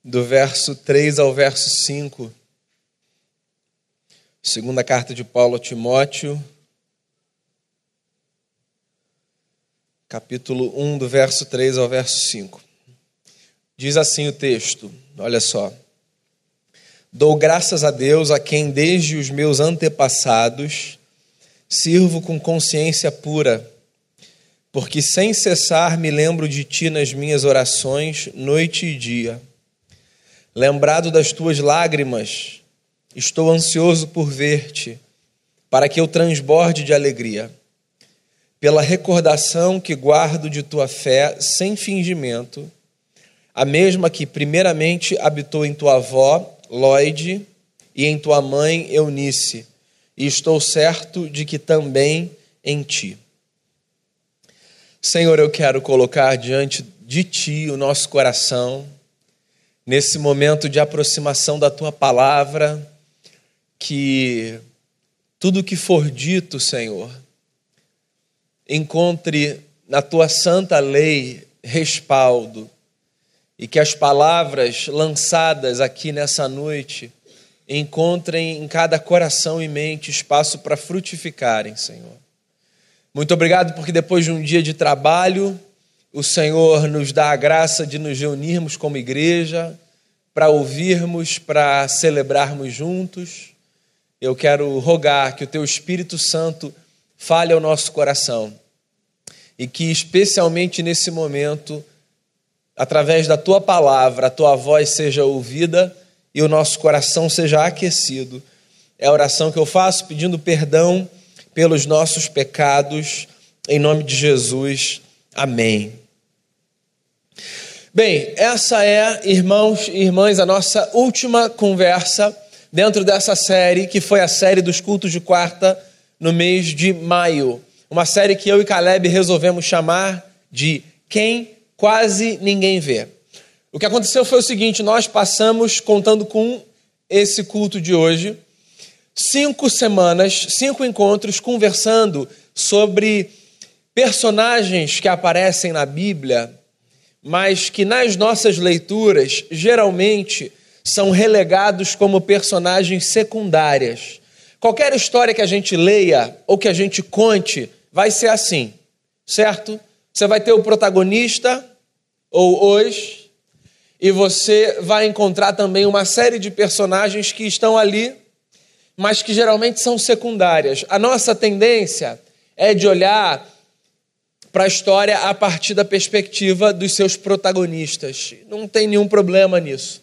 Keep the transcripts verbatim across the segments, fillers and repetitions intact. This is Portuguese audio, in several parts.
do verso três ao verso cinco. Segunda carta de Paulo a Timóteo, capítulo um, do verso três ao verso cinco. Diz assim o texto, olha só. Dou graças a Deus, a quem desde os meus antepassados sirvo com consciência pura, porque sem cessar me lembro de ti nas minhas orações, noite e dia. Lembrado das tuas lágrimas, estou ansioso por ver-te, para que eu transborde de alegria. Pela recordação que guardo de tua fé sem fingimento, a mesma que primeiramente habitou em tua avó, Lóide, e em tua mãe, Eunice, e estou certo de que também em ti. Senhor, eu quero colocar diante de ti o nosso coração, nesse momento de aproximação da tua palavra, que tudo que for dito, Senhor, encontre na tua santa lei respaldo, e que as palavras lançadas aqui nessa noite encontrem em cada coração e mente espaço para frutificarem, Senhor. Muito obrigado porque depois de um dia de trabalho, o Senhor nos dá a graça de nos reunirmos como igreja, para ouvirmos, para celebrarmos juntos. Eu quero rogar que o Teu Espírito Santo fale ao nosso coração e que especialmente nesse momento, através da Tua palavra, a Tua voz seja ouvida e o nosso coração seja aquecido. É a oração que eu faço pedindo perdão pelos nossos pecados, em nome de Jesus. Amém. Bem, essa é, irmãos e irmãs, a nossa última conversa dentro dessa série, que foi a série dos cultos de quarta no mês de maio. Uma série que eu e Caleb resolvemos chamar de Quem Quase Ninguém Vê. O que aconteceu foi o seguinte, nós passamos, contando com esse culto de hoje, cinco semanas, cinco encontros conversando sobre personagens que aparecem na Bíblia, mas que nas nossas leituras geralmente são relegados como personagens secundárias. Qualquer história que a gente leia ou que a gente conte vai ser assim, certo? Você vai ter o protagonista, ou hoje, e você vai encontrar também uma série de personagens que estão ali, mas que geralmente são secundárias. A nossa tendência é de olhar para a história a partir da perspectiva dos seus protagonistas. Não tem nenhum problema nisso.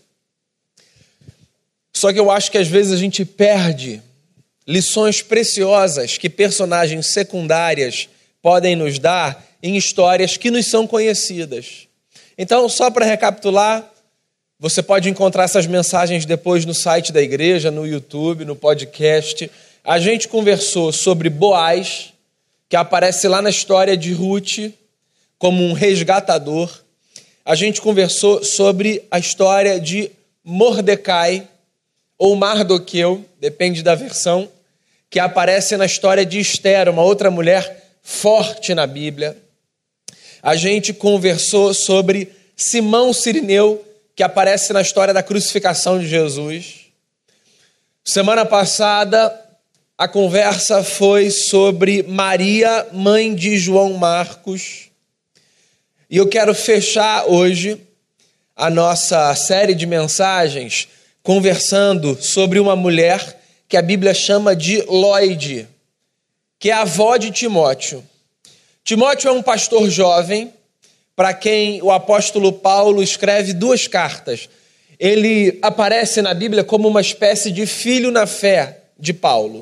Só que eu acho que às vezes a gente perde lições preciosas que personagens secundárias podem nos dar em histórias que nos são conhecidas. Então, só para recapitular, você pode encontrar essas mensagens depois no site da igreja, no YouTube, no podcast. A gente conversou sobre Boaz, que aparece lá na história de Ruth como um resgatador. A gente conversou sobre a história de Mordecai, ou Mardoqueu, depende da versão, que aparece na história de Esther, uma outra mulher forte na Bíblia. A gente conversou sobre Simão Cirineu, que aparece na história da crucificação de Jesus. Semana passada, a conversa foi sobre Maria, mãe de João Marcos. E eu quero fechar hoje a nossa série de mensagens conversando sobre uma mulher que a Bíblia chama de Lóide, que é a avó de Timóteo. Timóteo é um pastor jovem, para quem o apóstolo Paulo escreve duas cartas. Ele aparece na Bíblia como uma espécie de filho na fé de Paulo.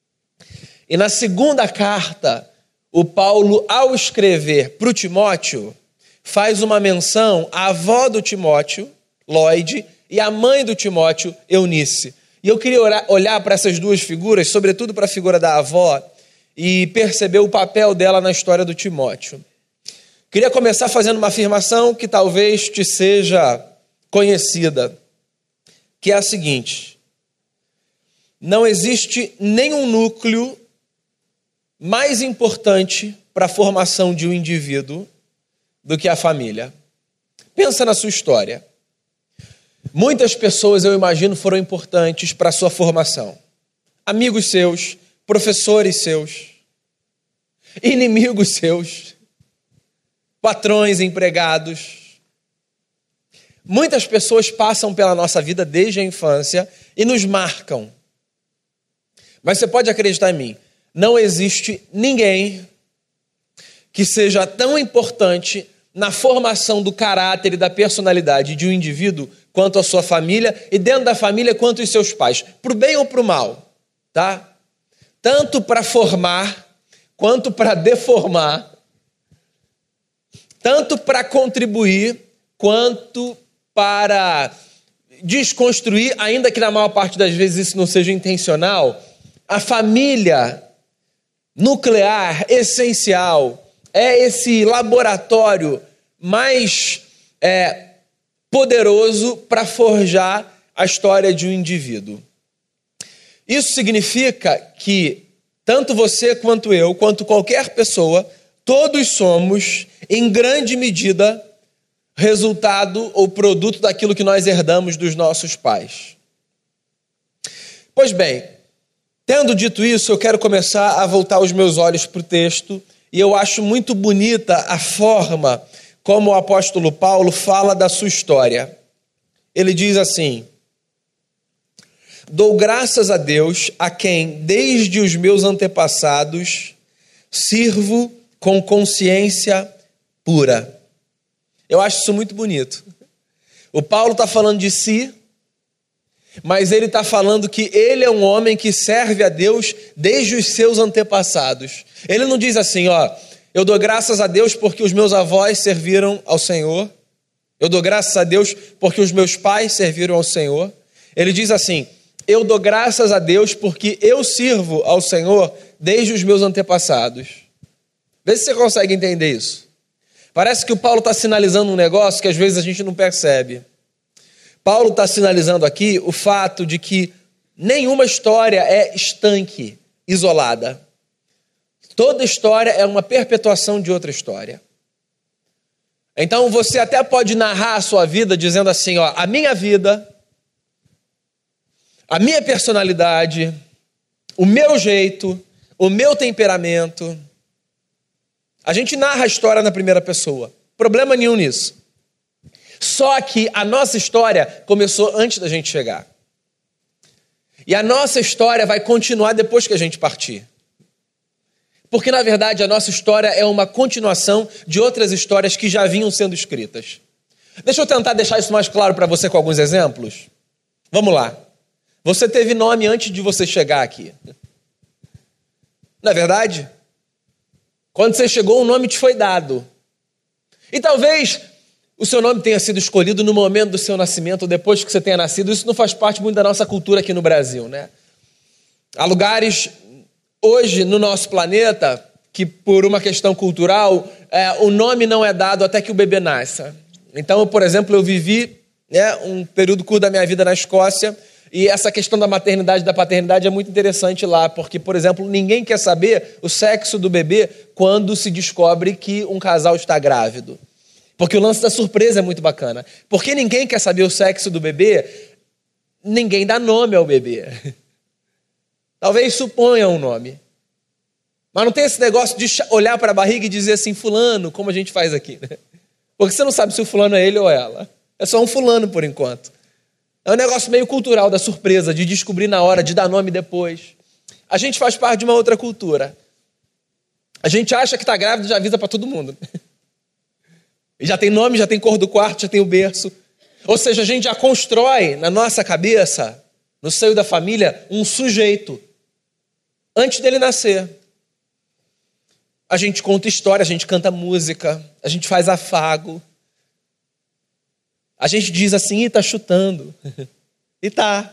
E na segunda carta, o Paulo, ao escrever para o Timóteo, faz uma menção à avó do Timóteo, Lóide, e à mãe do Timóteo, Eunice. E eu queria olhar para essas duas figuras, sobretudo para a figura da avó, e perceber o papel dela na história do Timóteo. Queria começar fazendo uma afirmação que talvez te seja conhecida, que é a seguinte: não existe nenhum núcleo mais importante para a formação de um indivíduo do que a família. Pensa na sua história. Muitas pessoas, eu imagino, foram importantes para a sua formação. Amigos seus, professores seus, inimigos seus, patrões, empregados. Muitas pessoas passam pela nossa vida desde a infância e nos marcam. Mas você pode acreditar em mim, não existe ninguém que seja tão importante na formação do caráter e da personalidade de um indivíduo quanto a sua família e dentro da família quanto os seus pais, pro bem ou pro mal, tá? Tanto para formar quanto para deformar, tanto para contribuir quanto para desconstruir, ainda que na maior parte das vezes isso não seja intencional. A família nuclear, essencial, é esse laboratório mais é, poderoso para forjar a história de um indivíduo. Isso significa que tanto você quanto eu, quanto qualquer pessoa, todos somos, em grande medida, resultado ou produto daquilo que nós herdamos dos nossos pais. Pois bem, tendo dito isso, eu quero começar a voltar os meus olhos para o texto, e eu acho muito bonita a forma como o apóstolo Paulo fala da sua história. Ele diz assim: dou graças a Deus, a quem, desde os meus antepassados, sirvo com consciência pura. Eu acho isso muito bonito. O Paulo está falando de si, mas ele está falando que ele é um homem que serve a Deus desde os seus antepassados. Ele não diz assim, ó, eu dou graças a Deus porque os meus avós serviram ao Senhor. Eu dou graças a Deus porque os meus pais serviram ao Senhor. Ele diz assim, eu dou graças a Deus porque eu sirvo ao Senhor desde os meus antepassados. Vê se você consegue entender isso. Parece que o Paulo está sinalizando um negócio que às vezes a gente não percebe. Paulo está sinalizando aqui o fato de que nenhuma história é estanque, isolada. Toda história é uma perpetuação de outra história. Então você até pode narrar a sua vida dizendo assim, ó, a minha vida, a minha personalidade, o meu jeito, o meu temperamento. A gente narra a história na primeira pessoa. Problema nenhum nisso. Só que a nossa história começou antes da gente chegar. E a nossa história vai continuar depois que a gente partir. Porque, na verdade, a nossa história é uma continuação de outras histórias que já vinham sendo escritas. Deixa eu tentar deixar isso mais claro para você com alguns exemplos. Vamos lá. Você teve nome antes de você chegar aqui. Não é verdade? Quando você chegou, um nome te foi dado. E talvez o seu nome tenha sido escolhido no momento do seu nascimento, ou depois que você tenha nascido. Isso não faz parte muito da nossa cultura aqui no Brasil, né? Há lugares hoje no nosso planeta que, por uma questão cultural, é, o nome não é dado até que o bebê nasça. Então, por exemplo, eu vivi né, um período curto da minha vida na Escócia, e essa questão da maternidade e da paternidade é muito interessante lá, porque, por exemplo, ninguém quer saber o sexo do bebê quando se descobre que um casal está grávido. Porque o lance da surpresa é muito bacana. Porque ninguém quer saber o sexo do bebê, ninguém dá nome ao bebê. Talvez suponha um nome. Mas não tem esse negócio de olhar para a barriga e dizer assim, fulano, como a gente faz aqui. Né? Porque você não sabe se o fulano é ele ou ela. É só um fulano por enquanto. É um negócio meio cultural da surpresa, de descobrir na hora, de dar nome depois. A gente faz parte de uma outra cultura. A gente acha que está grávido e já avisa para todo mundo. E já tem nome, já tem cor do quarto, já tem o berço. Ou seja, a gente já constrói na nossa cabeça, no seio da família, um sujeito. Antes dele nascer. A gente conta história, a gente canta música, a gente faz afago. A gente diz assim, e tá chutando. E tá.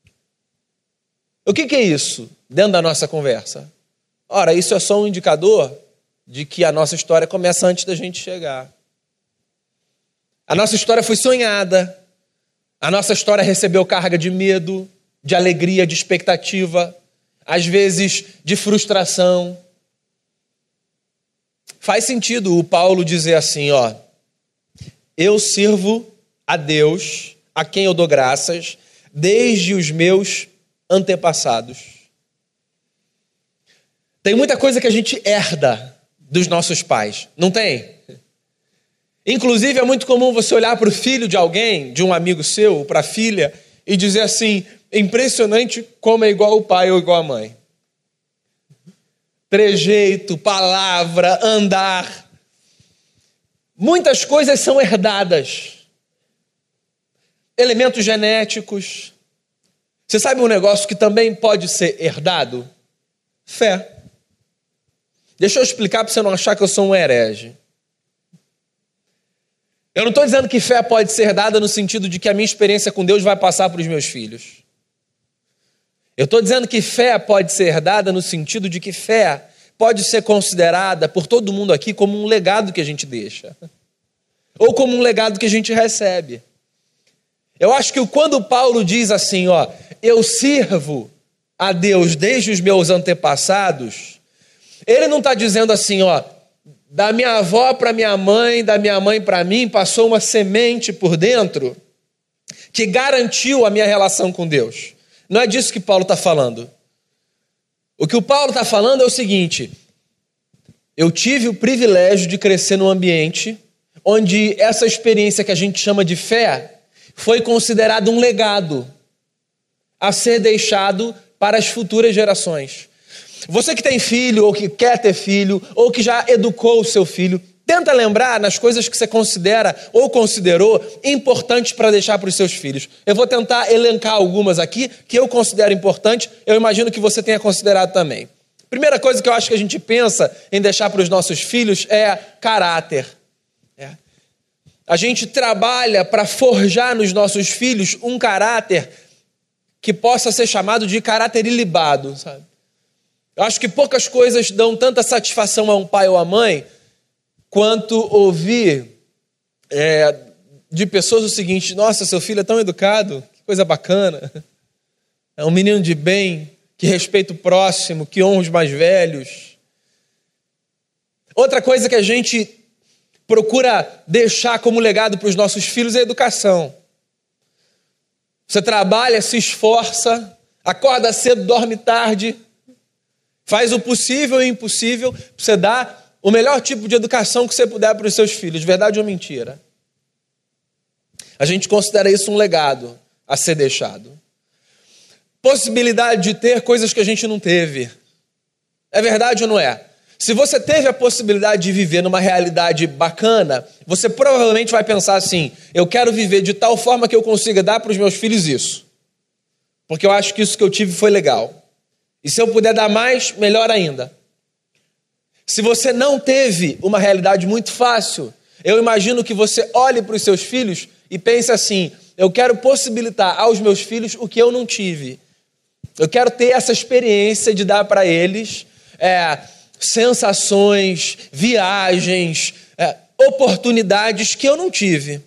O que que é isso dentro da nossa conversa? Ora, isso é só um indicador de que a nossa história começa antes da gente chegar. A nossa história foi sonhada. A nossa história recebeu carga de medo, de alegria, de expectativa, às vezes de frustração. Faz sentido o Paulo dizer assim, ó, eu sirvo a Deus a quem eu dou graças desde os meus antepassados. Tem muita coisa que a gente herda dos nossos pais, não tem? Inclusive, é muito comum você olhar para o filho de alguém, de um amigo seu, para a filha, e dizer assim, impressionante como é igual o pai ou igual a mãe. Trejeito, palavra, andar. Muitas coisas são herdadas. Elementos genéticos. Você sabe um negócio que também pode ser herdado? Fé. Deixa eu explicar para você não achar que eu sou um herege. Eu não estou dizendo que fé pode ser dada no sentido de que a minha experiência com Deus vai passar para os meus filhos. Eu estou dizendo que fé pode ser dada no sentido de que fé pode ser considerada por todo mundo aqui como um legado que a gente deixa. Ou como um legado que a gente recebe. Eu acho que quando Paulo diz assim, ó, eu sirvo a Deus desde os meus antepassados, ele não está dizendo assim, ó, da minha avó para minha mãe, da minha mãe para mim, passou uma semente por dentro que garantiu a minha relação com Deus. Não é disso que Paulo está falando. O que o Paulo está falando é o seguinte, eu tive o privilégio de crescer num ambiente onde essa experiência que a gente chama de fé foi considerada um legado a ser deixado para as futuras gerações. Você que tem filho, ou que quer ter filho, ou que já educou o seu filho, tenta lembrar nas coisas que você considera ou considerou importantes para deixar para os seus filhos. Eu vou tentar elencar algumas aqui que eu considero importantes, eu imagino que você tenha considerado também. Primeira coisa que eu acho que a gente pensa em deixar para os nossos filhos é caráter. É. A gente trabalha para forjar nos nossos filhos um caráter que possa ser chamado de caráter ilibado, sabe? Eu acho que poucas coisas dão tanta satisfação a um pai ou a mãe quanto ouvir é, de pessoas o seguinte, nossa, seu filho é tão educado, que coisa bacana. É um menino de bem, que respeita o próximo, que honra os mais velhos. Outra coisa que a gente procura deixar como legado para os nossos filhos é a educação. Você trabalha, se esforça, acorda cedo, dorme tarde, faz o possível e o impossível para você dar o melhor tipo de educação que você puder para os seus filhos, verdade ou mentira? A gente considera isso um legado a ser deixado. Possibilidade de ter coisas que a gente não teve. É verdade ou não é? Se você teve a possibilidade de viver numa realidade bacana, você provavelmente vai pensar assim, eu quero viver de tal forma que eu consiga dar para os meus filhos isso. Porque eu acho que isso que eu tive foi legal. E se eu puder dar mais, melhor ainda. Se você não teve uma realidade muito fácil, eu imagino que você olhe para os seus filhos e pense assim, eu quero possibilitar aos meus filhos o que eu não tive. Eu quero ter essa experiência de dar para eles é, sensações, viagens, é, oportunidades que eu não tive.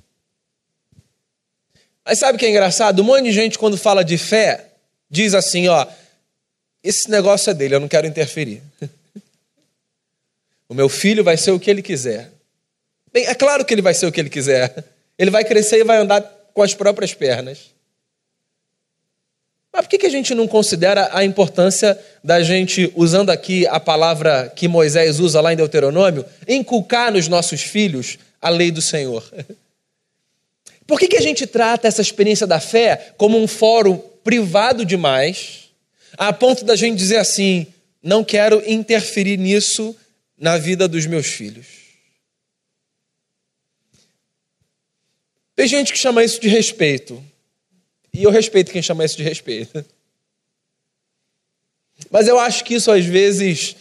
Mas sabe o que é engraçado? Um monte de gente, quando fala de fé, diz assim, ó, esse negócio é dele, eu não quero interferir. O meu filho vai ser o que ele quiser. Bem, é claro que ele vai ser o que ele quiser. Ele vai crescer e vai andar com as próprias pernas. Mas por que a gente não considera a importância da gente, usando aqui a palavra que Moisés usa lá em Deuteronômio, inculcar nos nossos filhos a lei do Senhor? Por que a gente trata essa experiência da fé como um fórum privado demais, a ponto da gente dizer assim, não quero interferir nisso na vida dos meus filhos? Tem gente que chama isso de respeito. E eu respeito quem chama isso de respeito. Mas eu acho que isso, às vezes,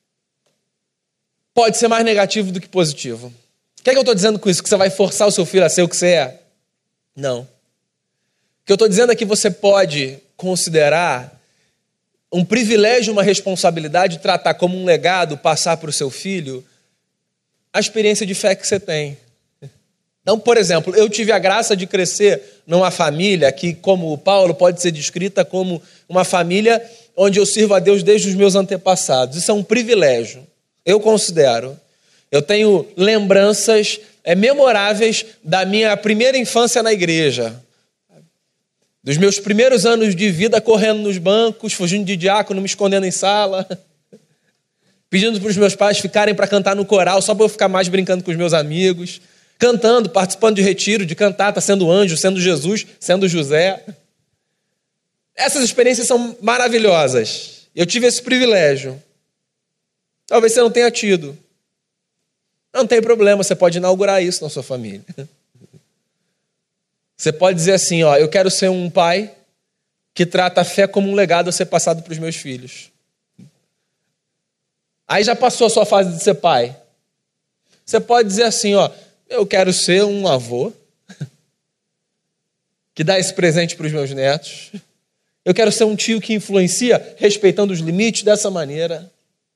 pode ser mais negativo do que positivo. O que é que eu estou dizendo com isso? Que você vai forçar o seu filho a ser o que você é? Não. O que eu estou dizendo é que você pode considerar um privilégio, uma responsabilidade, tratar como um legado, passar para o seu filho a experiência de fé que você tem. Então, por exemplo, eu tive a graça de crescer numa família que, como o Paulo, pode ser descrita como uma família onde eu sirvo a Deus desde os meus antepassados. Isso é um privilégio, eu considero. Eu tenho lembranças é, memoráveis da minha primeira infância na igreja. Dos meus primeiros anos de vida correndo nos bancos, fugindo de diácono, me escondendo em sala, pedindo para os meus pais ficarem para cantar no coral, só para eu ficar mais brincando com os meus amigos, cantando, participando de retiro, de cantata, sendo anjo, sendo Jesus, sendo José. Essas experiências são maravilhosas. Eu tive esse privilégio. Talvez você não tenha tido. Não tem problema, você pode inaugurar isso na sua família. Você pode dizer assim, ó, eu quero ser um pai que trata a fé como um legado a ser passado para os meus filhos. Aí já passou a sua fase de ser pai. Você pode dizer assim, ó, eu quero ser um avô que dá esse presente para os meus netos. Eu quero ser um tio que influencia, respeitando os limites dessa maneira.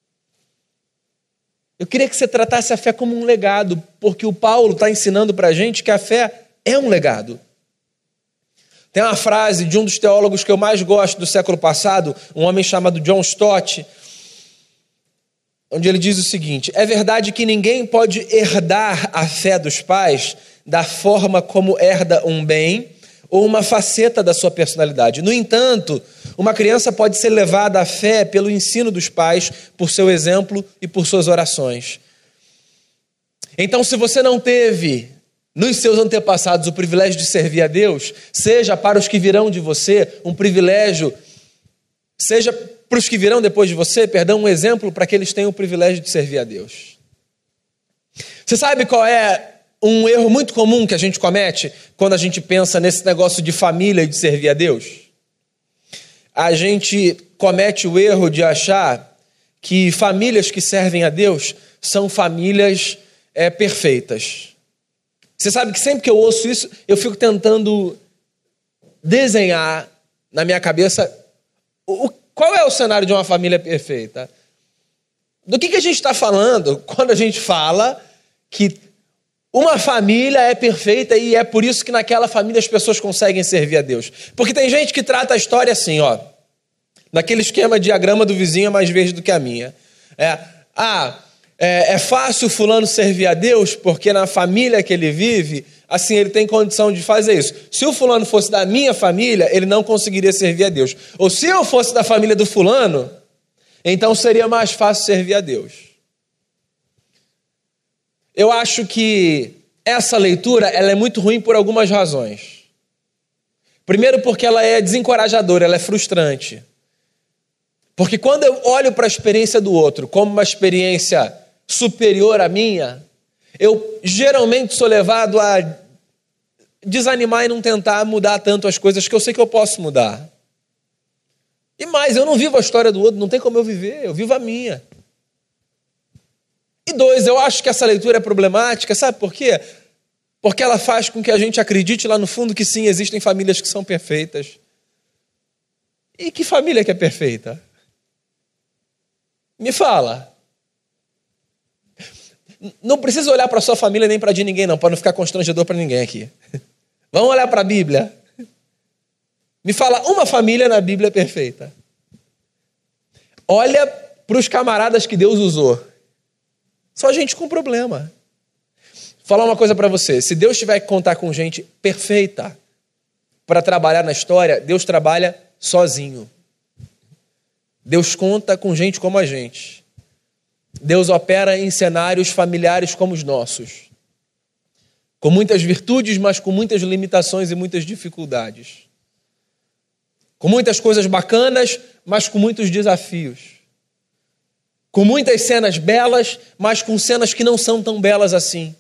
Eu queria que você tratasse a fé como um legado, porque o Paulo está ensinando para a gente que a fé é um legado. Tem uma frase de um dos teólogos que eu mais gosto do século passado, um homem chamado John Stott, onde ele diz o seguinte: é verdade que ninguém pode herdar a fé dos pais da forma como herda um bem ou uma faceta da sua personalidade. No entanto, uma criança pode ser levada à fé pelo ensino dos pais, por seu exemplo e por suas orações. Então, se você não teve nos seus antepassados o privilégio de servir a Deus, seja para os que virão de você um privilégio, seja para os que virão depois de você, perdão, um exemplo para que eles tenham o privilégio de servir a Deus. Você sabe qual é um erro muito comum que a gente comete quando a gente pensa nesse negócio de família e de servir a Deus? A gente comete o erro de achar que famílias que servem a Deus são famílias é, perfeitas. Você sabe que sempre que eu ouço isso, eu fico tentando desenhar na minha cabeça o, qual é o cenário de uma família perfeita. Do que, que a gente está falando quando a gente fala que uma família é perfeita e é por isso que naquela família as pessoas conseguem servir a Deus? Porque tem gente que trata a história assim, ó, naquele esquema de a grama do vizinho é mais verde do que a minha. É, ah... É, é fácil fulano servir a Deus porque na família que ele vive, assim, ele tem condição de fazer isso. Se o fulano fosse da minha família, ele não conseguiria servir a Deus. Ou se eu fosse da família do fulano, então seria mais fácil servir a Deus. Eu acho que essa leitura ela é muito ruim por algumas razões. Primeiro porque ela é desencorajadora, ela é frustrante. Porque quando eu olho para a experiência do outro como uma experiência superior à minha, eu geralmente sou levado a desanimar e não tentar mudar tanto as coisas que eu sei que eu posso mudar. E mais, eu não vivo a história do outro, não tem como eu viver, eu vivo a minha. E dois, eu acho que essa leitura é problemática, sabe por quê? Porque ela faz com que a gente acredite lá no fundo que sim, existem famílias que são perfeitas. E que família que é perfeita? Me fala. Não precisa olhar para a sua família nem para de ninguém, não, para não ficar constrangedor para ninguém aqui. Vamos olhar para a Bíblia. Me fala uma família na Bíblia perfeita. Olha para os camaradas que Deus usou. Só gente com problema. Vou falar uma coisa para você. Se Deus tiver que contar com gente perfeita para trabalhar na história, Deus trabalha sozinho. Deus conta com gente como a gente. Deus opera em cenários familiares como os nossos. Com muitas virtudes, mas com muitas limitações e muitas dificuldades. Com muitas coisas bacanas, mas com muitos desafios. Com muitas cenas belas, mas com cenas que não são tão belas assim.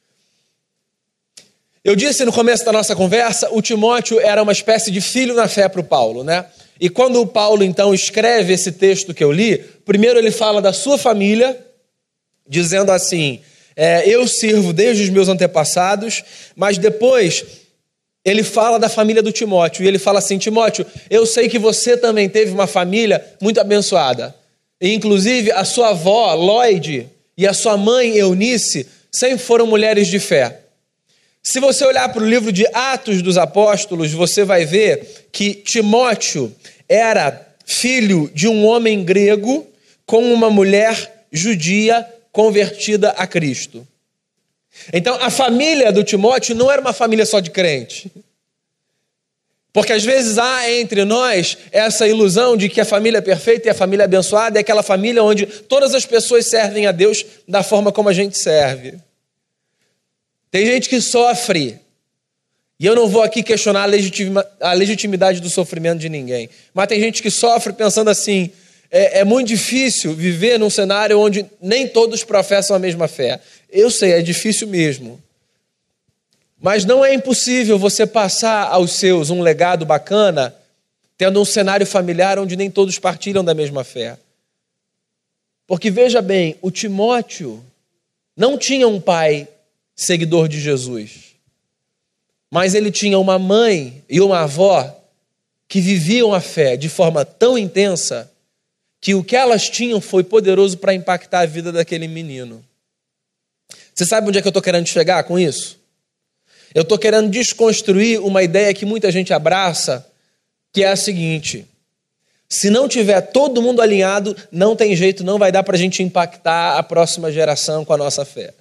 Eu disse no começo da nossa conversa, o Timóteo era uma espécie de filho na fé para o Paulo, né? E quando o Paulo, então, escreve esse texto que eu li, primeiro ele fala da sua família, dizendo assim, é, eu sirvo desde os meus antepassados, mas depois ele fala da família do Timóteo, e ele fala assim, Timóteo, eu sei que você também teve uma família muito abençoada. E, inclusive, a sua avó, Lloyd, e a sua mãe, Eunice, sempre foram mulheres de fé. Se você olhar para o livro de Atos dos Apóstolos, você vai ver que Timóteo era filho de um homem grego com uma mulher judia convertida a Cristo. Então, a família do Timóteo não era uma família só de crente. Porque às vezes há entre nós essa ilusão de que a família é perfeita e a família abençoada é aquela família onde todas as pessoas servem a Deus da forma como a gente serve. Tem gente que sofre, e eu não vou aqui questionar a, legitima, a legitimidade do sofrimento de ninguém, mas tem gente que sofre pensando assim, é, é muito difícil viver num cenário onde nem todos professam a mesma fé. Eu sei, é difícil mesmo. Mas não é impossível você passar aos seus um legado bacana, tendo um cenário familiar onde nem todos partilham da mesma fé. Porque veja bem, o Timóteo não tinha um pai seguidor de Jesus, mas ele tinha uma mãe e uma avó que viviam a fé de forma tão intensa que o que elas tinham foi poderoso para impactar a vida daquele menino. Você sabe onde é que eu estou querendo chegar com isso? Eu estou querendo desconstruir uma ideia que muita gente abraça, que é a seguinte: se não tiver todo mundo alinhado, não tem jeito, não vai dar para a gente impactar a próxima geração com a nossa fé.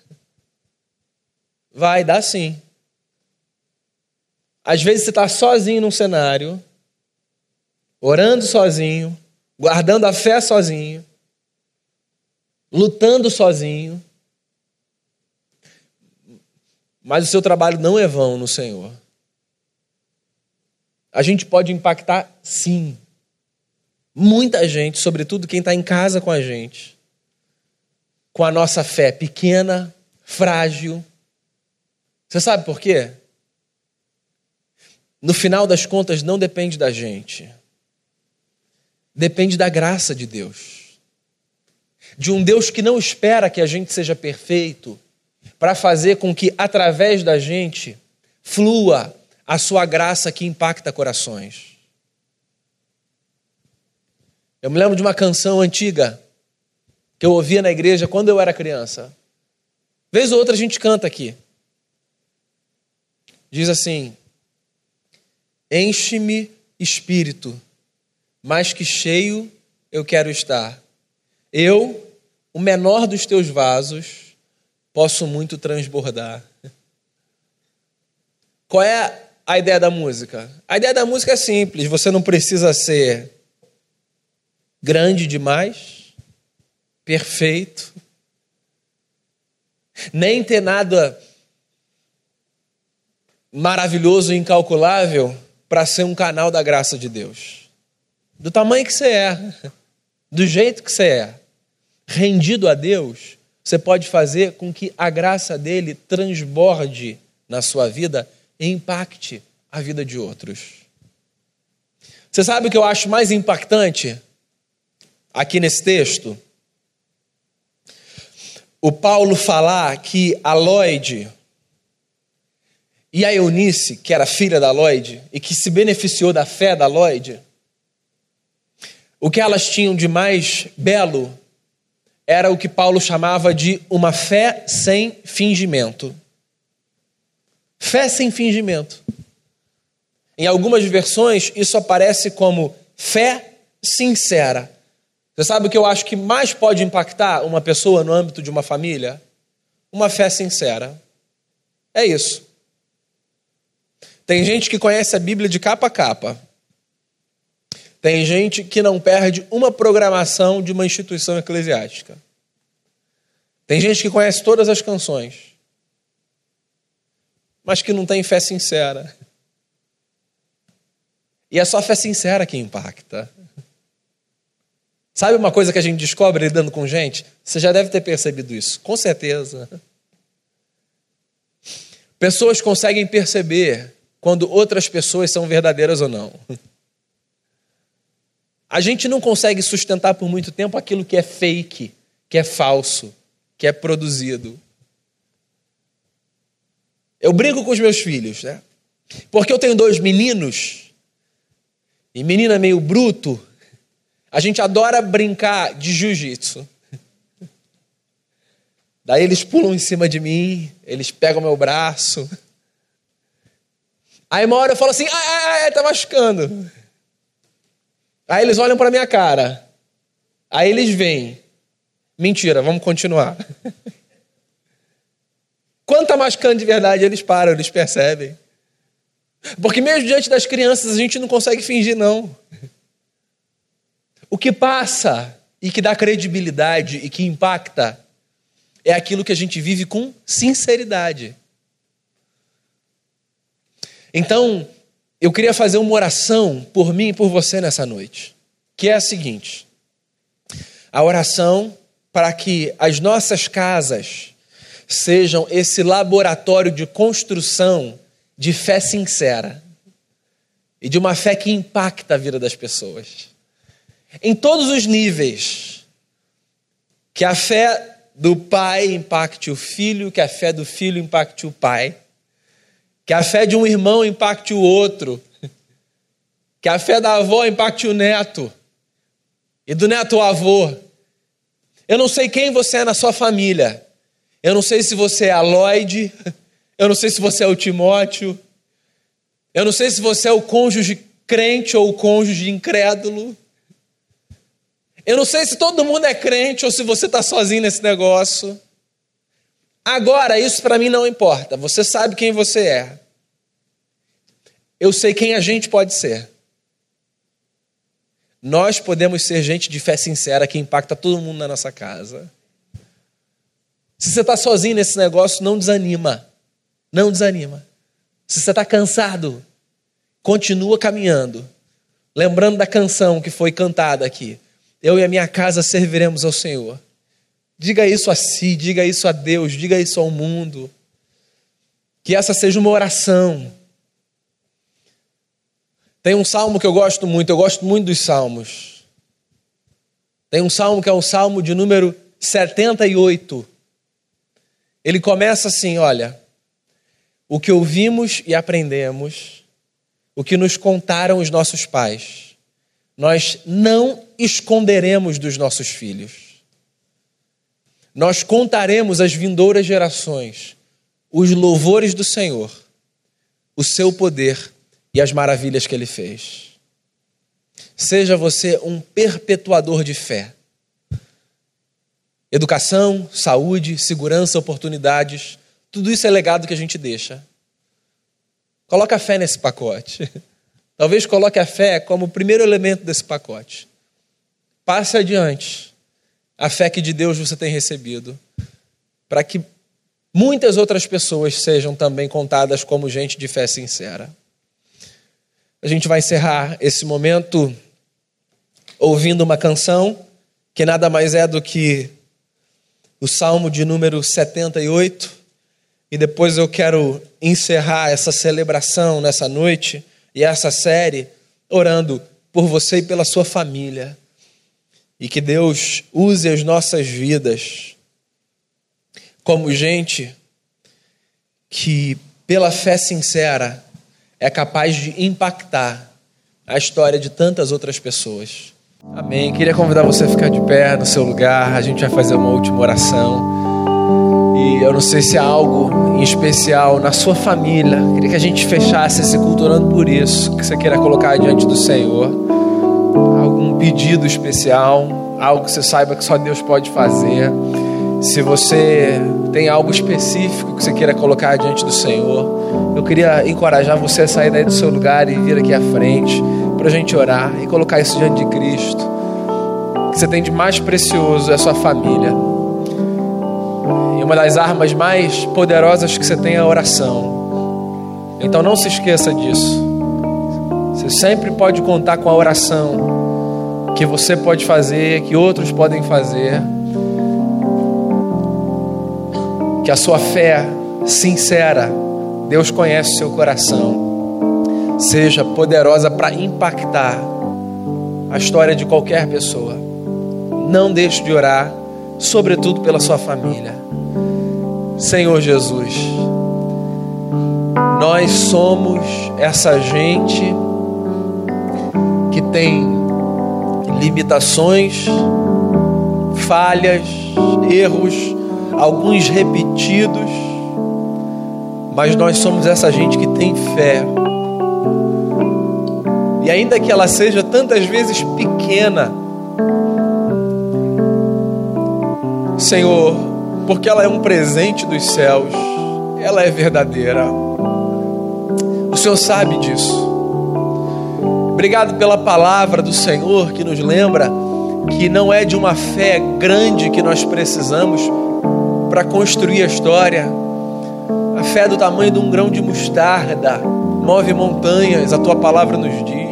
Vai dar sim. Às vezes você está sozinho num cenário, orando sozinho, guardando a fé sozinho, lutando sozinho, mas o seu trabalho não é vão no Senhor. A gente pode impactar, sim, muita gente, sobretudo quem está em casa com a gente, com a nossa fé pequena, frágil. Você sabe por quê? No final das contas, não depende da gente. Depende da graça de Deus. De um Deus que não espera que a gente seja perfeito, para fazer com que, através da gente, flua a sua graça que impacta corações. Eu me lembro de uma canção antiga que eu ouvia na igreja quando eu era criança. Vez ou outra a gente canta aqui. Diz assim: enche-me, Espírito, mais que cheio eu quero estar. Eu, o menor dos teus vasos, posso muito transbordar. Qual é a ideia da música? A ideia da música é simples. Você não precisa ser grande demais, perfeito, nem ter nada maravilhoso e incalculável para ser um canal da graça de Deus. Do tamanho que você é, do jeito que você é, rendido a Deus, você pode fazer com que a graça dele transborde na sua vida e impacte a vida de outros. Você sabe o que eu acho mais impactante aqui nesse texto? O Paulo falar que a Lloyd e a Eunice, que era filha da Lloyd e que se beneficiou da fé da Lloyd, o que elas tinham de mais belo era o que Paulo chamava de uma fé sem fingimento. Fé sem fingimento. Em algumas versões, isso aparece como fé sincera. Você sabe o que eu acho que mais pode impactar uma pessoa no âmbito de uma família? Uma fé sincera. É isso. Tem gente que conhece a Bíblia de capa a capa. Tem gente que não perde uma programação de uma instituição eclesiástica. Tem gente que conhece todas as canções, mas que não tem fé sincera. E é só a fé sincera que impacta. Sabe uma coisa que a gente descobre lidando com gente? Você já deve ter percebido isso, com certeza. Pessoas conseguem perceber quando outras pessoas são verdadeiras ou não. A gente não consegue sustentar por muito tempo aquilo que é fake, que é falso, que é produzido. Eu brinco com os meus filhos, né? Porque eu tenho dois meninos, e menino é meio bruto, a gente adora brincar de jiu-jitsu. Daí eles pulam em cima de mim, eles pegam meu braço. Aí uma hora eu falo assim, ai, ai, ai, tá machucando. Aí eles olham pra minha cara. Aí eles vêm. Mentira, vamos continuar. Quando está machucando de verdade, eles param, eles percebem. Porque mesmo diante das crianças, a gente não consegue fingir, não. O que passa e que dá credibilidade e que impacta é aquilo que a gente vive com sinceridade. Então, eu queria fazer uma oração por mim e por você nessa noite, que é a seguinte: a oração para que as nossas casas sejam esse laboratório de construção de fé sincera e de uma fé que impacta a vida das pessoas. Em todos os níveis, que a fé do pai impacte o filho, que a fé do filho impacte o pai, que a fé de um irmão impacte o outro, que a fé da avó impacte o neto, e do neto o avô. Eu não sei quem você é na sua família, eu não sei se você é a Lloyd, eu não sei se você é o Timóteo, eu não sei se você é o cônjuge crente ou o cônjuge incrédulo, eu não sei se todo mundo é crente ou se você está sozinho nesse negócio. Agora, isso para mim não importa. Você sabe quem você é. Eu sei quem a gente pode ser. Nós podemos ser gente de fé sincera que impacta todo mundo na nossa casa. Se você está sozinho nesse negócio, não desanima. Não desanima. Se você está cansado, continua caminhando. Lembrando da canção que foi cantada aqui. Eu e a minha casa serviremos ao Senhor. Diga isso a si, diga isso a Deus, diga isso ao mundo. Que essa seja uma oração. Tem um salmo que eu gosto muito, eu gosto muito dos salmos. Tem um salmo que é o salmo de número setenta e oito. Ele começa assim, olha: o que ouvimos e aprendemos, o que nos contaram os nossos pais, nós não esconderemos dos nossos filhos. Nós contaremos às vindouras gerações os louvores do Senhor, o seu poder e as maravilhas que Ele fez. Seja você um perpetuador de fé. Educação, saúde, segurança, oportunidades, tudo isso é legado que a gente deixa. Coloca a fé nesse pacote. Talvez coloque a fé como o primeiro elemento desse pacote. Passe adiante a fé que de Deus você tem recebido, para que muitas outras pessoas sejam também contadas como gente de fé sincera. A gente vai encerrar esse momento ouvindo uma canção que nada mais é do que o Salmo de número setenta e oito, e depois eu quero encerrar essa celebração nessa noite e essa série orando por você e pela sua família, e que Deus use as nossas vidas como gente que, pela fé sincera, é capaz de impactar a história de tantas outras pessoas. Amém. Queria convidar você a ficar de pé no seu lugar. A gente vai fazer uma última oração. E eu não sei se há algo em especial na sua família. Queria que a gente fechasse esse culto orando por isso, que você queira colocar diante do Senhor. Algum pedido especial, algo que você saiba que só Deus pode fazer. Se você tem algo específico que você queira colocar diante do Senhor, eu queria encorajar você a sair daí do seu lugar e vir aqui à frente para a gente orar e colocar isso diante de Cristo. O que você tem de mais precioso é a sua família. E uma das armas mais poderosas que você tem é a oração. Então não se esqueça disso. Você sempre pode contar com a oração que você pode fazer, que outros podem fazer. Que a sua fé sincera, Deus conhece o seu coração, seja poderosa para impactar a história de qualquer pessoa. Não deixe de orar, sobretudo pela sua família. Senhor Jesus, nós somos essa gente que tem limitações, falhas, erros, alguns repetidos, mas nós somos essa gente que tem fé. E ainda que ela seja tantas vezes pequena, Senhor, porque ela é um presente dos céus, ela é verdadeira. O Senhor sabe disso. Obrigado pela palavra do Senhor que nos lembra que não é de uma fé grande que nós precisamos para construir a história. A fé é do tamanho de um grão de mostarda move montanhas, a tua palavra nos diz.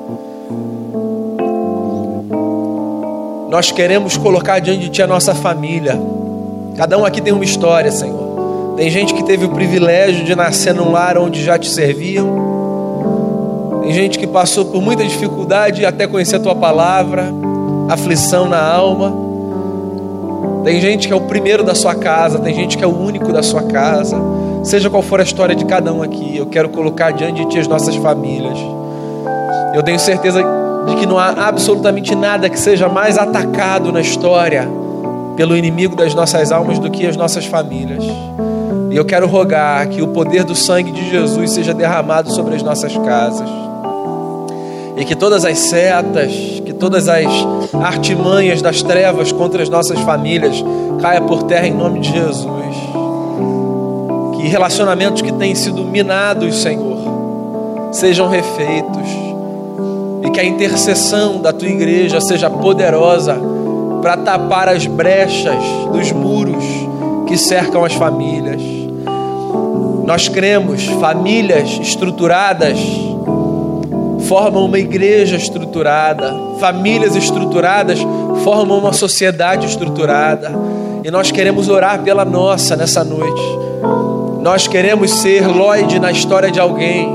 Nós queremos colocar diante de ti a nossa família. Cada um aqui tem uma história, Senhor. Tem gente que teve o privilégio de nascer num lar onde já te serviam. Tem gente que passou por muita dificuldade até conhecer a tua palavra, aflição na alma. Tem gente que é o primeiro da sua casa, tem gente que é o único da sua casa. Seja qual for a história de cada um aqui, eu quero colocar diante de ti as nossas famílias. Eu tenho certeza de que não há absolutamente nada que seja mais atacado na história pelo inimigo das nossas almas do que as nossas famílias. E eu quero rogar que o poder do sangue de Jesus seja derramado sobre as nossas casas. E que todas as setas, que todas as artimanhas das trevas contra as nossas famílias caia por terra em nome de Jesus. Que relacionamentos que têm sido minados, Senhor, sejam refeitos. E que a intercessão da tua igreja seja poderosa para tapar as brechas dos muros que cercam as famílias. Nós cremos, famílias estruturadas formam uma igreja estruturada, famílias estruturadas formam uma sociedade estruturada, e nós queremos orar pela nossa nessa noite. Nós queremos ser Lloyd na história de alguém.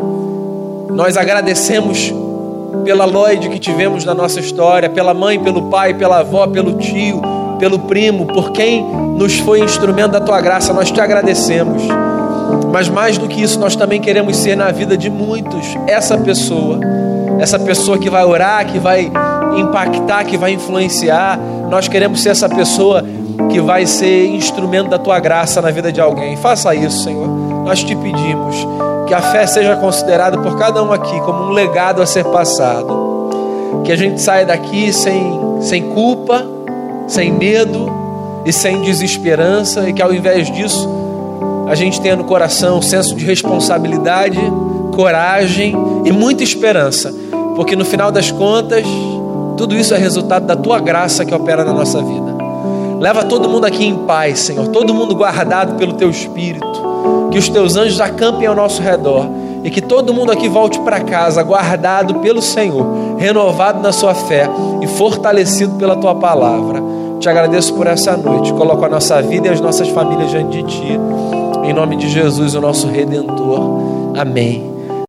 Nós agradecemos pela Lloyd que tivemos na nossa história, pela mãe, pelo pai, pela avó, pelo tio, pelo primo, por quem nos foi instrumento da tua graça. Nós te agradecemos. Mas mais do que isso, nós também queremos ser na vida de muitos essa pessoa, essa pessoa que vai orar, que vai impactar, que vai influenciar. Nós queremos ser essa pessoa que vai ser instrumento da tua graça na vida de alguém. Faça isso, Senhor. Nós te pedimos que a fé seja considerada por cada um aqui como um legado a ser passado. Que a gente saia daqui sem, sem culpa, sem medo e sem desesperança, e que ao invés disso a gente tenha no coração um senso de responsabilidade, coragem e muita esperança, porque no final das contas tudo isso é resultado da tua graça que opera na nossa vida. Leva todo mundo aqui em paz, Senhor, todo mundo guardado pelo teu Espírito, que os teus anjos acampem ao nosso redor e que todo mundo aqui volte para casa guardado pelo Senhor, renovado na sua fé e fortalecido pela tua palavra. Te agradeço por essa noite, coloco a nossa vida e as nossas famílias diante de ti, em nome de Jesus, o nosso Redentor. Amém.